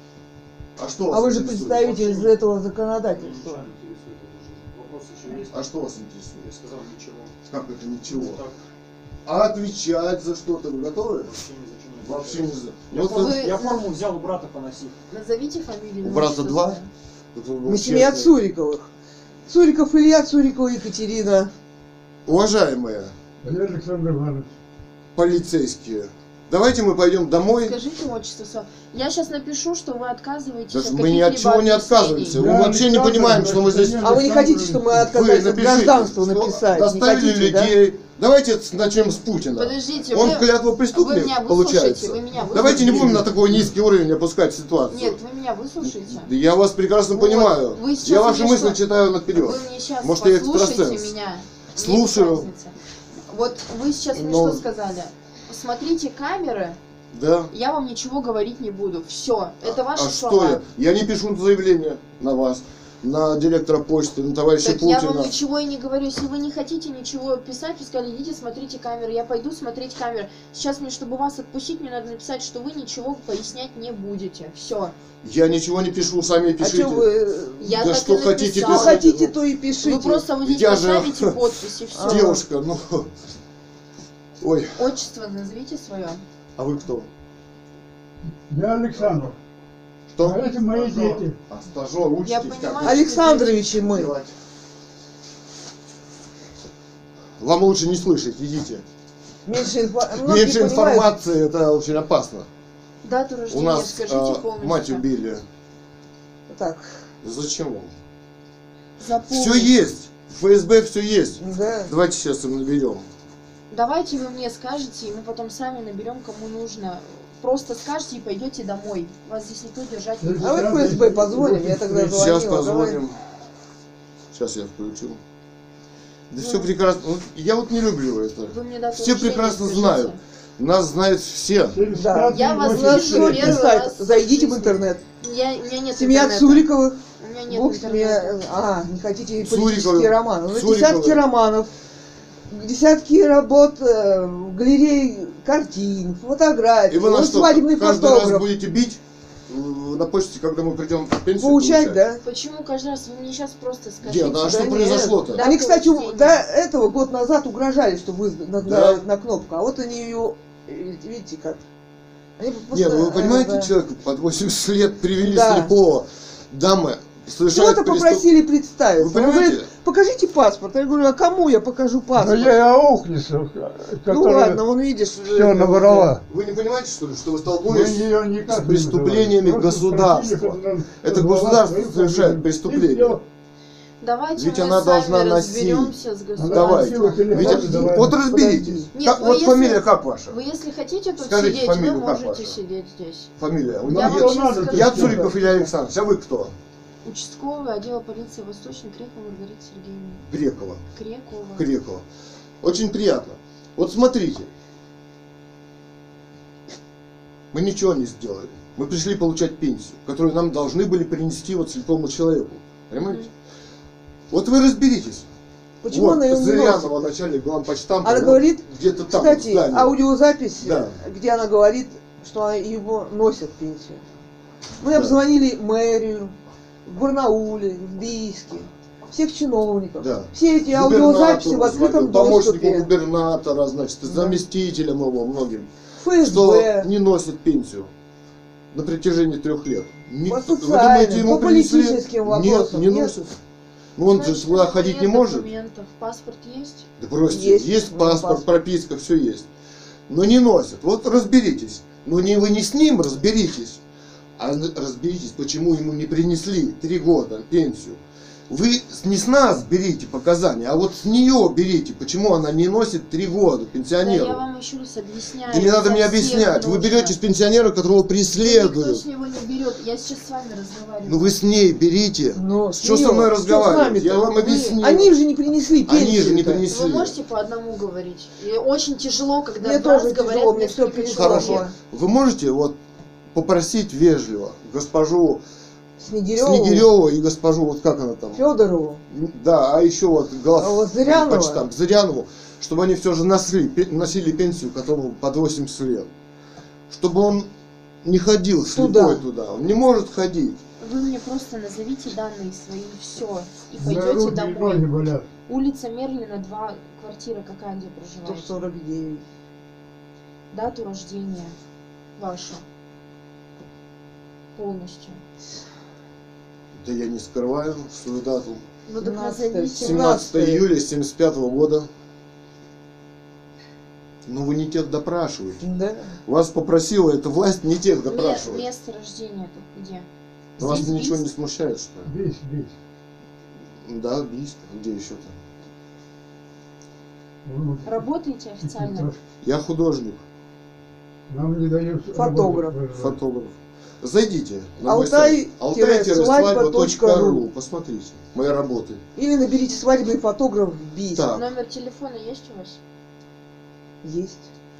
А что вас А вы же интересует? представитель из этого Меня законодательства. ничего не интересует эта жизнь. Вопрос еще есть. А что вас Я интересует? сказал ничего. Как это ничего? Ну, так, А отвечать за что-то вы готовы? вообще ни зачем не Вообще отвечаю. не за. Я, Ну, форму, Вы- я форму взял у брата поносить. Назовите фамилию. У брата отчество два? свое. это был Мы семья честный. Цуриковых. Цуриков Илья, Цурикова Екатерина. Уважаемые Валерий Александр Иванович. полицейские, давайте мы пойдем домой. Скажите отчество свое. Я сейчас напишу, что вы отказываетесь Даже от мы ни от каких-либо чего не объяснений. отказываемся. Мы Я вообще не Александр, понимаем, что мы здесь. Александр А вы не хотите, чтобы мы Вы отказались от напишите, гражданства что написать? Не доставили хотите, да? людей. Давайте начнем с Путина. Подождите, Он вы, клятву вы преступник, меня получается. выслушайте, вы меня Давайте не выслушайте. будем на такой низкий уровень опускать ситуацию. Нет, вы меня выслушайте. Да я вас прекрасно Вот, понимаю. вы сейчас Я ваши мне мысли что- читаю наперед. Вы мне сейчас Может, я послушайте экстрасенс. меня. Слушаю. Нет разницы. Вот вы сейчас мне Но- что сказали? Смотрите камеры, Да. я вам ничего говорить не буду. Все, это ваши а слова. что я? Я не пишу заявление на вас, на директора почты, на товарища Так я Путина. вам ничего и не говорю. Если вы не хотите ничего писать, вы сказали, идите смотрите камеры. Я пойду смотреть камеры. Сейчас мне, чтобы вас отпустить, мне надо написать, что вы ничего пояснять не будете. Все. Я ничего не пишу, сами А пишите. что вы... Я Да так что и хотите, Что написала. пишите. хотите, то и пишите. Вы просто вот здесь Я же- поставите подпись и все. Ага. Девушка, ну... Ой, Отчество назовите свое. а вы кто? Я Александр. Кто? А это мои дети. А, стажер, учитесь Я как понимаю. Александровичи мы. делать. Вам лучше не слышать, идите. Меньше, инфо... многие Меньше понимают. информации, это очень опасно. Дату У рождения нас скажите а, полностью. мать убили. Так, Зачем вам? Запомните. Все есть. В ФСБ все есть. да. Давайте сейчас им наберем. Давайте вы мне скажете, и мы потом сами наберем, кому нужно. Просто скажете и пойдете домой. Вас здесь никто держать не будет. А вы в ФСБ позвоним, я тогда звонила. Сейчас давай. позвоним. Сейчас я включу. Да Ну. все прекрасно. Ну, я вот не люблю это. Вы мне дату Все рождения прекрасно скажите. знают. Нас знают все. Да. Я вас У нас вижу сотни первый сайтов. раз в Зайдите в жизни. интернет. Я, у меня нет Семья интернета. Цуриковых. У меня нет Бог интернета. семья. А, не хотите Цуриковы. политические романы. Ну, Цуриковы. десятки романов. Десятки работ, э, галерей, картин, фотографий. И вы на Он что, свадебный каждый раз фотограф. будете бить э, на почте, когда мы придем в пенсию Поучать, получать? да? Почему каждый раз? Вы мне сейчас просто скажите. Нет, а что Да произошло-то? Да. Они, кстати, у- Рождения. до этого год назад угрожали, что вы на, Да. на кнопку, а вот они ее, видите как. Они Нет, просто, ну вы э, понимаете, да. человека под восемьдесят лет привели Да. слепого. Дамы совершают Чего-то преступ- попросили представиться. Вы Он понимаете? говорит, покажите паспорт. Я говорю, а кому я покажу Да паспорт? я и Аухнисов, Ну который ладно, он видишь. все э, наворовала. Вы не понимаете, что ли, что вы Мы столкнулись ее никак с не преступлениями называли. Просто государства? спросили, кто там Это назвала государство свою совершает фамилию. преступление. И всё. Давайте Ведь мы она с вами должна носить. разберемся с государством. Давайте. Красиво, Ведь, Давайте, давай. вот разберитесь. Нет, Как- вы вот если- фамилия как ваша? Вы если хотите тут Скажите сидеть, фамилию, вы как можете ваша? сидеть здесь. Фамилия. У Я меня вам есть- сейчас скажу. Я Цуриков Илья Александрович, а вы кто? Участковый отдела полиции Восточный, Крекова Маргарита Сергеевна. Грекова. Крекова. Крекова. Очень приятно. Вот смотрите. Мы ничего не сделали. Мы пришли получать пенсию, которую нам должны были принести вот слепому человеку. Понимаете? Вот вы разберитесь. Почему вот, она ее не Зырянова, носит? начальник главпочтампа. Она вот говорит, где-то там, кстати, в здании. аудиозапись, Да. где она говорит, что его носят пенсию. Мы Да. обзвонили мэрию в Барнауле, в Бийске, всех чиновников. Да. Все эти аудиозаписи в Губернатору открытом звонил, помощнику доступе. губернатора, значит, Да. заместителям его многим. ФСБ. что не носит пенсию на протяжении трех лет. Не- По вы думаете, социальным, ему по принесли? политическим Нет, вопросам. не носит. Ну он же Значит, сюда у него ходить нет не может. документов. Паспорт есть? Да бросьте, Есть, есть, ну, паспорт, паспорт. прописка, все есть. Но не носит. Вот разберитесь. Но не вы не с ним разберитесь, а н- разберитесь, почему ему не принесли три года пенсию. Вы с- не с нас берите показания, а вот с нее берите, почему она не носит три года Да, пенсионеру. я вам еще раз объясняю. Да не надо за мне всех объяснять. Вы нужно. берете с пенсионера, которого Никто преследуют. с него не берет. Я сейчас с вами разговариваю. Ну вы с ней берите. Но Что с со мной неё- разговаривать? что с нами-то? Я вам Мы- объяснил. Они же не принесли пенсию. Они же не принесли. Вы можете по одному говорить? И очень тяжело, когда Мне два тоже говорят тяжело, мне все несколько перешло. Хорошо. человек. Вы можете вот попросить вежливо госпожу Снегирёву, Снегирёву и госпожу, вот как она там? Федорову. Да, а еще вот глав А вот Зырянова? почтам, Зырянову, чтобы они все же носили, пе- носили пенсию, которому под восемьдесят лет. Чтобы он не ходил слепой Туда. туда. Он не может ходить. Вы мне просто назовите данные свои, все, и Да, пойдете руки и домой. ноги болят. Улица Мерлина, два, квартира какая, где сто проживаете? сорок девять. Дату рождения вашу. Полностью. Да я не скрываю свою дату. Ну так семнадцатое, назовите. семнадцатое июля семьдесят пятого года. Но вы не тех допрашиваете. Да. Вас попросила эта власть не тех Ме- допрашивать. место рождения тут где? Вас Здесь ничего не Бийск? смущает, что ли? Бейся, бейся. Да, Бийск. Где еще-то? Ну, Работаете официально? Я художник, Нам не дают Фотограф. работать. фотограф. Зайдите на мой Алтай сайт алтай-свадьба точка точка ру. ру. Посмотрите мои работы. Или наберите свадебный фотограф в Бийск. Так. Номер телефона есть у вас? Есть.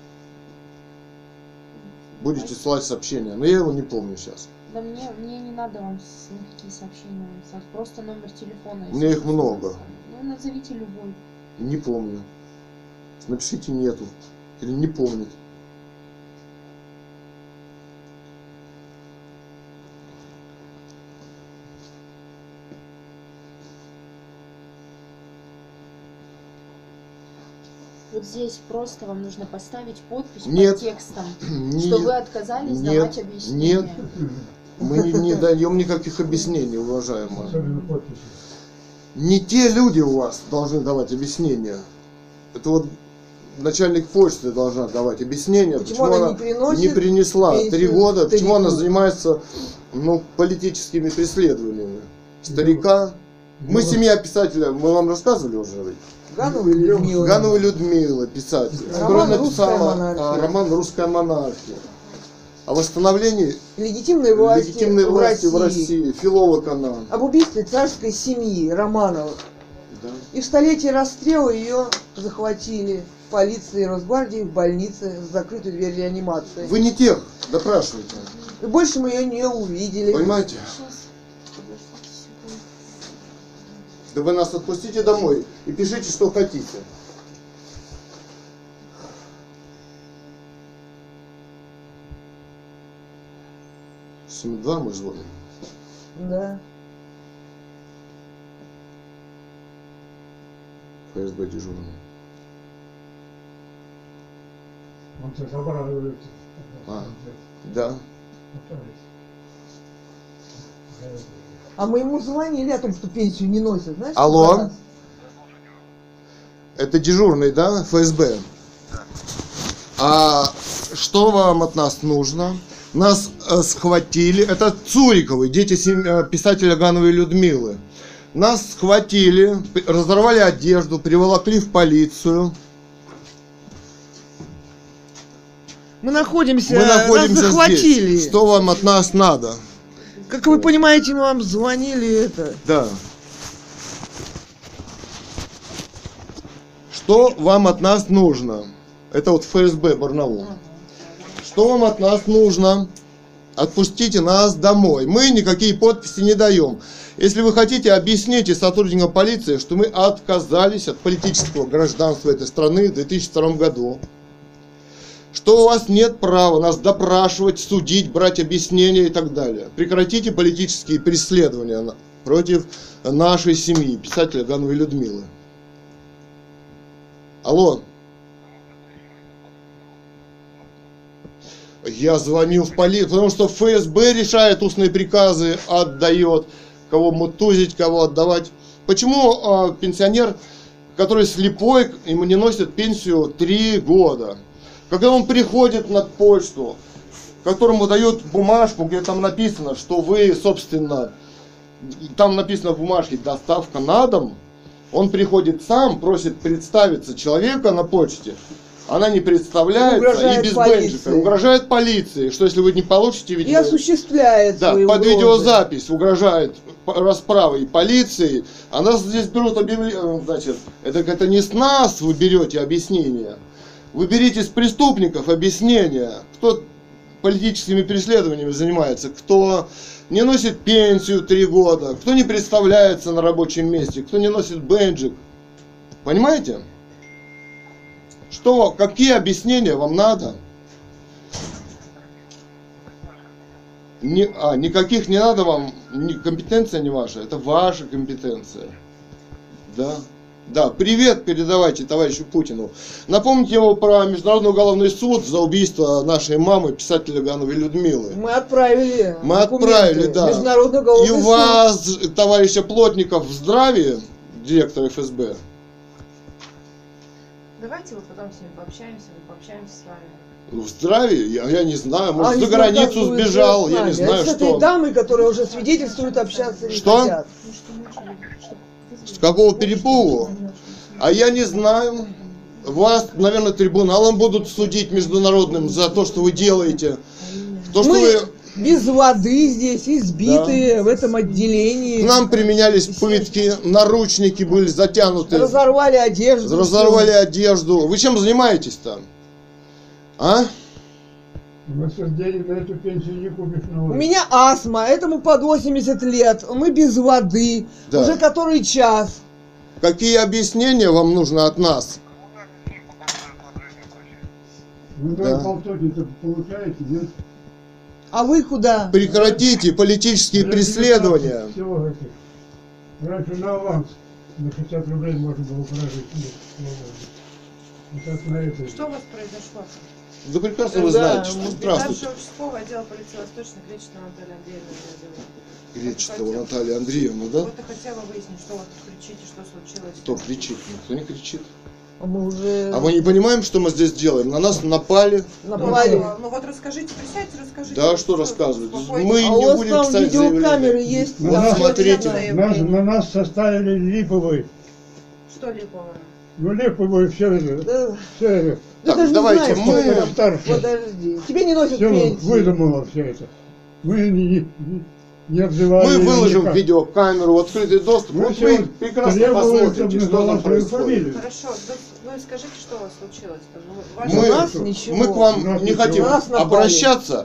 Будете слать сообщения, но я его не помню сейчас. Да мне, мне не надо вам с- никакие сообщения написать. Просто номер телефона. У меня если их что, много. написать. Ну, назовите любой. Не помню. Напишите нету. Или не помнит. Вот здесь просто вам нужно поставить подпись Нет. под текстом, Не- что вы отказались Нет. давать объяснения. Нет. Мы не, не даем никаких объяснений, уважаемые. Особенно подписи. Не те люди у вас должны давать объяснения. Это вот начальник почты должна давать объяснения, Почему она не приносит не принесла пенсию три года, почему старику? она занимается ну, политическими преследованиями старика. Мы семья писателя, мы вам рассказывали уже. Ганова или Людмила? Ганова Людмила, писатель, Роман которая «Русская написала монархия». а, роман «Русская монархия». О восстановлении Легитимной власти, легитимной в, власти России. в России. Филолог она. Об убийстве царской семьи Романовых. Да. И в столетие расстрела ее захватили полиции и Росгвардии в больнице с закрытой дверью реанимации. Вы не тех допрашиваете. И больше мы ее не увидели. Понимаете? Сейчас. Подождите секунду. Да вы нас отпустите домой и пишите, что хотите. семь два мы звоним. Да. ФСБ дежурный. Он сейчас обрадуется. А. Да. А мы ему звонили о том, что пенсию не носят, знаешь? Алло? сколько раз? Это дежурный, да, ФСБ? А что вам от нас нужно? Нас э, схватили, это Цуриковы, дети сем- э, писателя Гановой Людмилы. Нас схватили, п- разорвали одежду, приволокли в полицию. Мы находимся, Мы находимся нас захватили. здесь. Что вам от нас надо? Как вы понимаете, мы вам звонили это. Да. Что вам от нас нужно? Это вот ФСБ Барнаул. Что вам от нас нужно? Отпустите нас домой. Мы никакие подписи не даем. Если вы хотите, объясните сотрудникам полиции, что мы отказались от политического гражданства этой страны в две тысячи втором году. Что у вас нет права нас допрашивать, судить, брать объяснения и так далее. Прекратите политические преследования на- против нашей семьи, писателя Гановой Людмилы. Алло. Я звонил в полицию, потому что ФСБ решает устные приказы, отдает, кого мутузить, кого отдавать. Почему э, пенсионер, который слепой, ему не носят пенсию три года? Когда он приходит на почту, которому дают бумажку, где там написано, что вы, собственно, там написано в бумажке «доставка на дом», он приходит сам, просит представиться человека на почте, она не представляется Угрожает и без полиции. бенджика. Угрожает полиции, что если вы не получите И видео... осуществляет Да, свои под угрозы. видеозапись угрожает расправой полиции. А нас здесь берут объявление, значит, это, это не с нас вы берете объяснения. Вы берите с преступников объяснения, кто политическими преследованиями занимается, кто не носит пенсию три года, кто не представляется на рабочем месте, кто не носит бенджик. Понимаете? Что, какие объяснения вам надо? Не, а, никаких не надо вам, не, компетенция не ваша, это ваша компетенция. Да? Да, привет передавайте товарищу Путину. Напомните ему про Международный уголовный суд за убийство нашей мамы, писателя Гановой Людмилы. Мы отправили. Мы документы. отправили, да. Международный уголовный И у суд. вас, товарища Плотников, в здравии, директор эф эс бэ? Давайте вот потом с ним пообщаемся, мы пообщаемся с вами. В здравии? Я, я не знаю, может, Они за границу контактуют сбежал, с я нами. не знаю, Это с что. этой дамой, которая уже свидетельствует, общаться не Что? хотят. С какого перепугу? А я не знаю. Вас, наверное, трибуналом будут судить международным за то, что вы делаете. То, что Мы вы... без воды здесь, избитые в этом отделении. К нам применялись пытки, наручники были затянуты. Разорвали одежду. Разорвали одежду. Вы чем занимаетесь там? А? У вас денег на эту пенсию не купишь У новую. меня астма, этому под восемьдесят лет. Мы без воды. Да. Уже который час. Какие объяснения вам нужно от нас? Вы Да. да. полсотни-то получаете, нет? А вы куда? Прекратите политические преследования. Всего этих. Раньше на аванс на шестьдесят рублей можно было прожить. Нет, ну, сейчас на это. Что у вас произошло? Да прекрасно вы Да, знаете, что... мы- Здравствуйте. Старшего участкового отдела полиции Восточной, Кречетова Наталья Андреевна меня зовут. Кречетова Наталья Андреевна, да? Вот и хотела выяснить, что вы тут кричите, что случилось. Кто кричит? Никто не кричит. А мы уже А мы не понимаем, что мы здесь делаем? На нас напали. напали. Ну, ну вот расскажите, присядьте, расскажите. Да, что рассказывать? Успокойтесь. Мы А не у вас будем там писать видеокамеры заявление. есть? Ну, там да, смотрите. Нас, на нас составили липовый. Что липовое? Ну, липовый все это. Да, Все это. Так, ты даже не давайте знаешь, мы- что это. Старший. Подожди. Тебе не носят Все пенсию. выдумало все это. Мы не, не, не обзывали. Мы ее выложим никак. видеокамеру в открытый доступ. Мы Вот все вы прекрасно требовали, посмотрите, чтобы что там назвала свою происходит. фамилию. Хорошо, да вы скажите, что у вас случилось-то? Ну, ваше- Мы, У нас ничего. мы к У вам нас не ничего. хотим У нас напали. обращаться.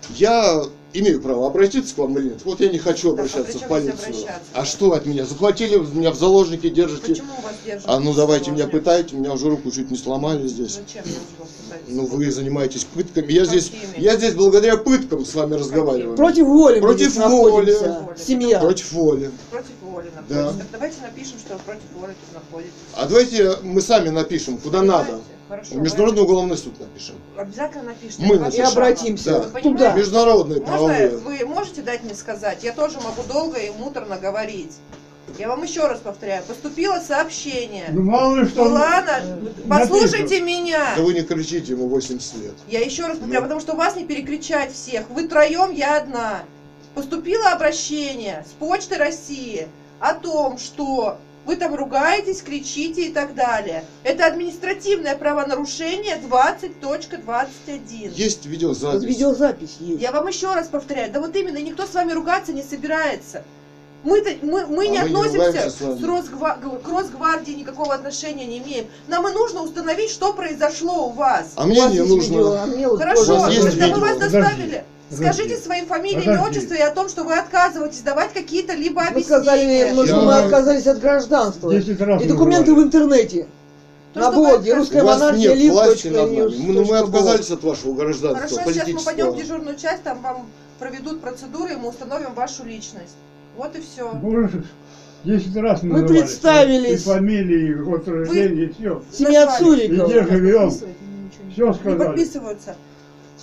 Я имею право обратиться к вам или нет? Вот я не хочу Так, а обращаться при в чем полицию. здесь обращаться? А что от меня? Захватили меня в заложники, держите. Почему вас держат? А ну давайте меня Заложник? пытайте, меня уже руку чуть не сломали здесь. Зачем я уже вас пытаюсь? Ну вы занимаетесь пытками. Я здесь, Какими? я здесь благодаря пыткам с вами разговариваю. Против воли мы Против здесь находимся. воли. Семья. Против воли. Против воли находитесь. Да. Так давайте напишем, что вы против воли тут находитесь. А давайте мы сами напишем, куда надо. Давайте. Хорошо. В Международный уголовный суд напишем. Вы обязательно напишите. Мы Это ваше И напишем. право. обратимся Да. Вы понимаете? туда. Международные Можно правовые. вы можете дать мне сказать? Я тоже могу долго и муторно говорить. Я вам еще раз повторяю. Поступило сообщение. Ну, мало ли что. Была на- Послушайте меня. Да вы не кричите, ему восемьдесят лет. Я еще раз повторяю, Ну. потому что вас не перекричать всех. Вы троем, я одна. Поступило обращение с Почты России о том, что вы там ругаетесь, кричите и так далее. Это административное правонарушение двадцать точка двадцать один. Есть видеозапись. Видеозапись есть. Я вам еще раз повторяю, да вот именно, никто с вами ругаться не собирается. Мы-то, мы, мы А не мы не относимся ругаемся с вами. с Росгва- к Росгвардии, никакого отношения не имеем. Нам и нужно установить, что произошло у вас. А У мне вас не есть нужно. видео, а мне вот Хорошо, У вас есть когда мы видео? вас Подожди, доставили, подожди. скажите свои фамилии, имя, Подожди. отчество и о том, что вы отказываетесь давать какие-то либо Мы объяснения. сказали, мы, что Я- мы отказались от гражданства. десять раз И документы в называли. интернете. То, На что вы блоге У русская вас монархия нет власти над лид.ньюс. нами. Мы, ну, мы отказались от вашего гражданства Хорошо, сейчас мы пойдем в политического. дежурную часть, там вам проведут процедуры, и мы установим вашу личность. Вот и все. Боже, десять раз Мы называли. представились. И фамилии, и год рождения, и все. Семья И где Цурикова. живем. Все Не сказали. подписываются.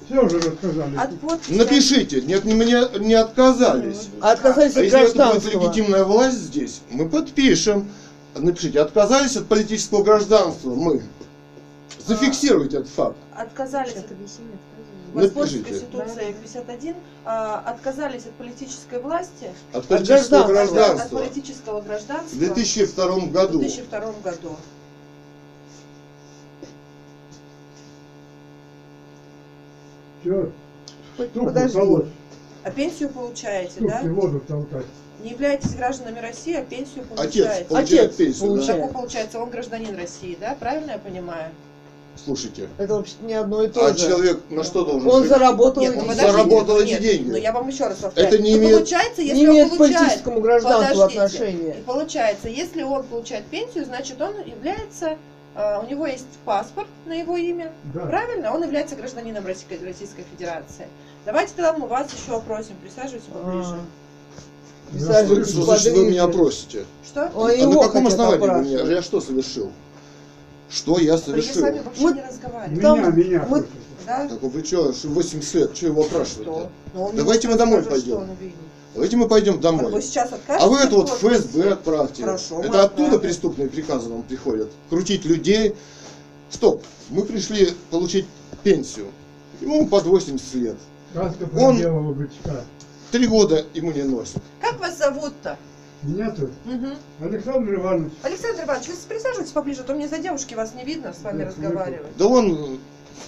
Все уже рассказали. От подписи. Напишите, нет, не мне не отказались. Отказались А от если это будет гражданства. легитимная власть здесь, мы подпишем. Напишите, отказались от политического гражданства мы. Зафиксируйте этот факт. Отказались от Напишите. Конституции пятьдесят один, а, отказались от политической власти, От политического гражданства. от гражданства. политического гражданства В две тысячи втором в году. две тысячи втором году. Все, Подожди. А пенсию получаете, Ступки да? в воду толкать. Не являетесь гражданами России, а пенсию Отец получаете. получает Отец пенсию, да? получает. Такой получается, он гражданин России, да? Правильно я понимаю? Слушайте, Это вообще не одно и то а же. человек на что должен Он жить? заработал Нет, эти ну Он деньги. подождите, заработал ну эти нет, деньги. Ну я вам еще раз повторяю. Это не Ну, имеет- получается, если Не имеет он к получает... политическому гражданству Подождите. отношения. И получается, если он получает пенсию, значит он является, а, у него есть паспорт на его имя, Да. правильно? Он является гражданином Российской, Российской Федерации. Давайте тогда мы вас еще опросим, присаживайтесь поближе. А, Что, присаживайтесь что значит вы меня поближе. опросите? Что? Ой, А его на каком хотят основании вы опрашивать. меня? Я что совершил? Что я Да я с совершил? вами вообще Мы- не разговариваю. Меня, Там меня мы- хочется. Да? Так вы что, восемьдесят лет, что его опрашивать-то? Что? Ну, он Давайте мне мы домой скажет, пойдем. что он увидел. Давайте мы пойдем Вы домой. сейчас откажетесь А вы это вот от в подписи? ФСБ отправьте. Хорошо, мы Это оттуда отправим. преступные приказы вам приходят. Крутить людей. Стоп, мы пришли получить пенсию. Ему под восемьдесят лет. Сказка Он- про белого бычка. Три года ему не носят. Как вас зовут-то? Меня-то Мгм. Александр Иванович. Александр Иванович, вы присаживайтесь поближе, а то мне за девушки вас не видно с вами Да, разговаривать. Да он...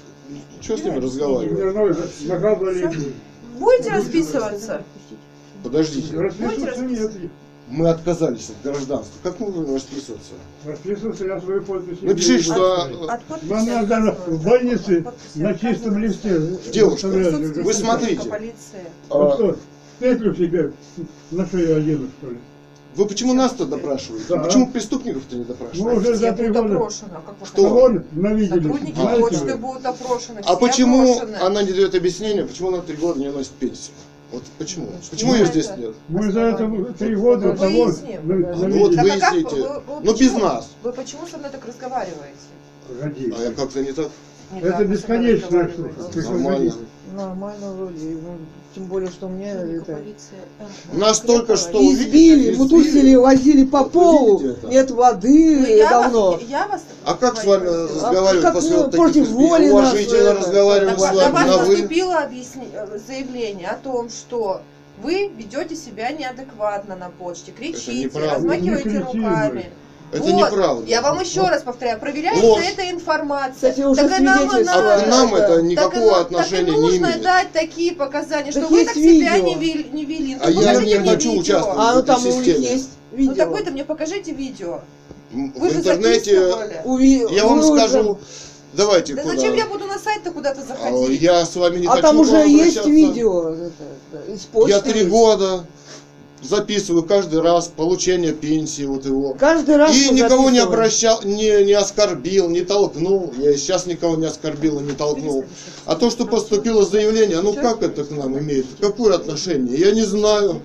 Что с ними Нет, разговаривать? Дверной нога болит. Будете расписываться? Подождите. Расписываться нет. Мы отказались от гражданства. Как мы будем расписываться? Расписываться я свою подпись не Напишите, буду что... ставить. От подписи Вам надо отказываться. в больнице От подписи на чистом отказываться. листе. Девушка, выставлять Присутствие Вы регистратор. смотрите. сотрудника полиции. Ну а, что, петлю себе на шею одену, что ли? Вы почему нас-то допрашиваете? Да. Почему преступников-то не Мы допрашиваете? уже Все за три будут года. опрошены. А как вы Кто? А хотите? вон навидели. Сотрудники Знаете почты вы? будут опрошены. А все почему опрошены. она не дает объяснение, почему она три года не носит пенсию? Вот почему? Почему Ну, ее это- здесь нет? Мы за это три года Ну, того выясним. на- Ну, вот навидели. Так, а как выясните. вы- вы Но почему- без нас. Вы почему со мной так разговариваете? Погоди. А я как-то не так. Не Это так вы со мной бесконечная разговариваете. штука. Нормально. Нормально вроде. ну, Тем более, что у меня Сотрудника это... полиции. Нас только что Избили, увидели, мутусили, возили по Вот полу, видите это? нет воды Ну, я давно. вас- я вас А как с вами просила. разговаривать как, после ну, вот против таких избий? воли нас Уважительно это- разговаривать Так, с до вами вас на вы? поступило объясни- э, заявление о том, что вы ведете себя неадекватно на почте, кричите, неправда. размахиваете Не кричим руками. Это Вот, неправда. Я вам еще раз повторяю, проверяется Ложь. эта информация. Кстати, уже Так и нам и свидетельство. А к нам Да. это Так и никакого на- отношения так и не нужно имеет. дать такие показания, Так что вы есть так себя видео. не вели. Не вели. Ну, А я покажите не мне хочу видео. участвовать. А в ну этой там у них системе. есть Ну видео. такой-то мне покажите видео. М, Вы В же интернете, записывали. Уви- я вам вы уже- скажу, давайте Да куда. зачем я буду на сайт-то куда-то А, заходить? Я с вами не А хочу там к уже вам есть обращаться. видео это, да, из почты. Я три есть. года записываю каждый раз получение пенсии вот его. Каждый раз И мы никого не записываем. обращал, не, не оскорбил, не толкнул. Я и сейчас никого не оскорбил и не толкнул. А то, что поступило заявление, ну как это к нам имеет? Какое отношение? Я не знаю.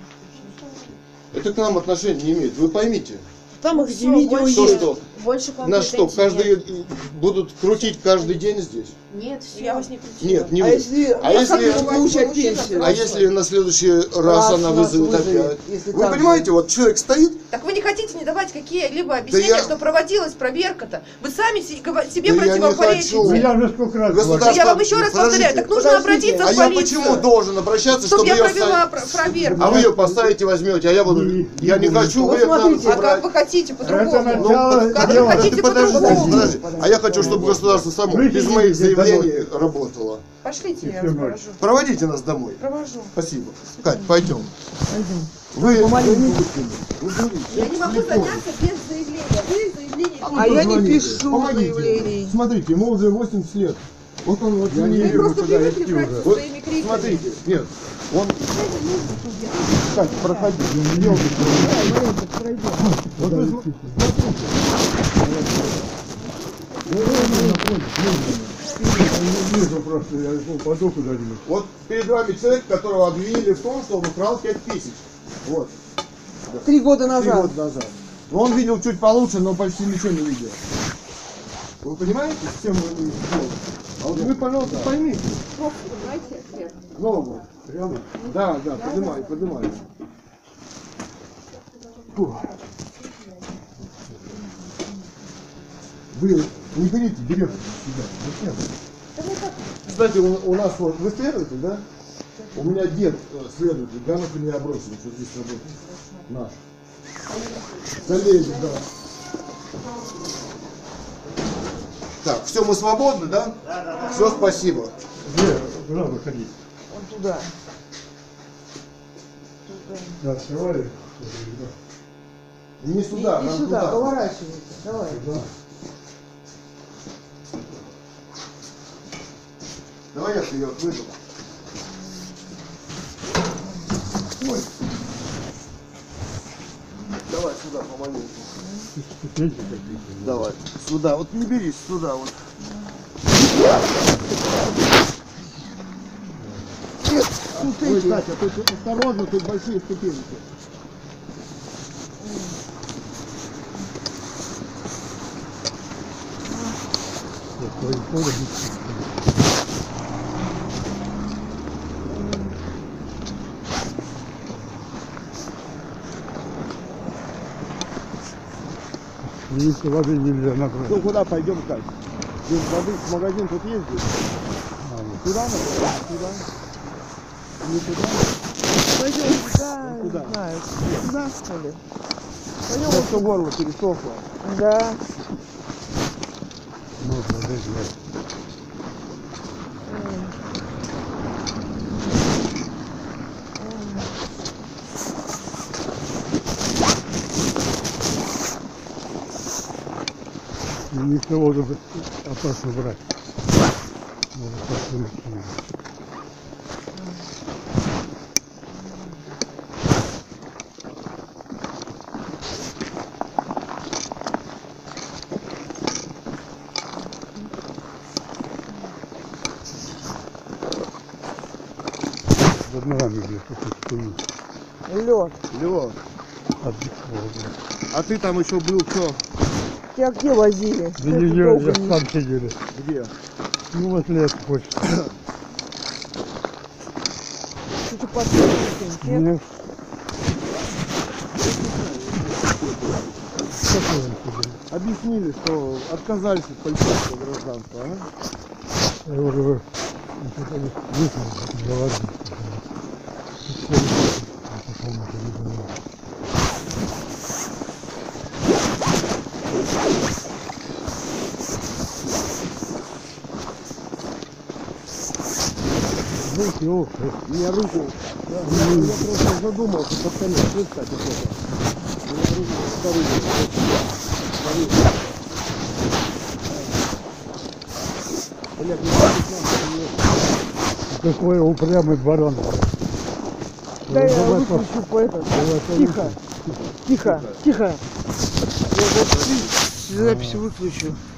Это к нам отношения не имеет. Вы поймите. Там их Всё, видео больше- Что, есть. что? Больше к вам Нас что, претензий каждый нет. будут крутить каждый день здесь? Нет, все. Я вас не кричу. Нет, не А вы. если, А если- как вы получать пенсию? А если на следующий раз Раз она нас вызовет вызовет, опять? если Вы так понимаете, же. вот человек стоит, Так вы не хотите не давать какие-либо объяснения, я- что проводилась проверка-то? Вы сами се- гова- себе Да я не противоречите. хочу. Ну я уже сколько раз Государство- говорю. Я вам еще раз Подождите. повторяю, так нужно Подождите. обратиться а в я полицию. почему должен обращаться, Чтобы чтобы я ее провела ставить? про- проверку. А вы ее поставите, возьмете, а я буду... Не- Я не не хочу, буду. вы Вот это смотрите, А собрать. как вы хотите Это по-другому? начало Как вы дела. хотите Ты подожди, по-другому? подожди. А я хочу, чтобы государство само Вы без сидите моих где-то заявлений работало. Пошлите, я Всё, вас Марк. провожу. Проводите нас домой. Провожу. Спасибо. Кать, пойдем. Пойдем. Вы... Помолитесь. Вы говорите. Я не могу заняться без заявления. Вы заявление А я не Позвоните. пишу Помогите. заявлений. Смотрите, ему уже восемьдесят лет. Вот он вот Я не не- верю, просто куда привыкли идти брать уже. со Вот своими криками. смотрите, нет, он... Кать, проходи. Вот вы см- Не вижу просто, я упаду куда-нибудь. Вот перед вами человек, которого обвинили в том, что он украл пять тысяч. Вот, Три года три назад. года назад. Но он видел чуть получше, но почти ничего не видел. Вы понимаете, с чем вы делаете? А вот вы, пожалуйста, поймите. Ногу. Прямо? Да, да, поднимай, поднимай. Фу. Вы не берите директор сюда. Зачем? Кстати, у, у нас вот, вы следуете, да? У меня дед э, следователь, Ганов Илья Абросимович, вот здесь работает. Наш. Залезет, да. Так, все, мы свободны, да? Да, да, да. Все, спасибо. Где? Куда выходить? Вон туда. Туда. Да, открывали? Не сюда, И, и нам сюда, туда. поворачивайте. Давай. Да. Давай я вперед выйду. Ой. Давай сюда, помаленьку. Ступеньки какие-то. Давай. Сюда, вот не берись, сюда вот. Нет, Ой, Катя, тут осторожно, тут большие ступеньки. Если воды нельзя набрать. Ну куда пойдем, Катя? Здесь воды, магазин тут есть здесь? Сюда надо? Сюда? Не туда? пойдем туда, Куда? не знаю. Туда, что ли? Пойдем. Вот что горло пересохло. Да. Можно дождь. Никого уже опасно брать. Можно посмотреть. Под ногами, блядь, какой-то хуйни. Лед. Лёд, От дикого, блядь. а ты там еще был кто? Тебя где возили? Да не я, я сам сидели. Где? Ну вот лет хочешь. Что-то подсказываете? Нет? Нет. Какой он тебе? Объяснили, что отказались от полицейского гражданства, а? Я уже вы- вот это вот выкинул, заводил. Пошел на телевизор. Руки, ох, Мне руку. Я, я, я просто задумался под конец. Слышь, Катя, что-то. У меня руку вторую. Вторую. Блядь, не знаю, какой упрямый баран. Да я Давай, выключу по этому. давай, Тихо, тихо, тихо. Я запись, запись выключу.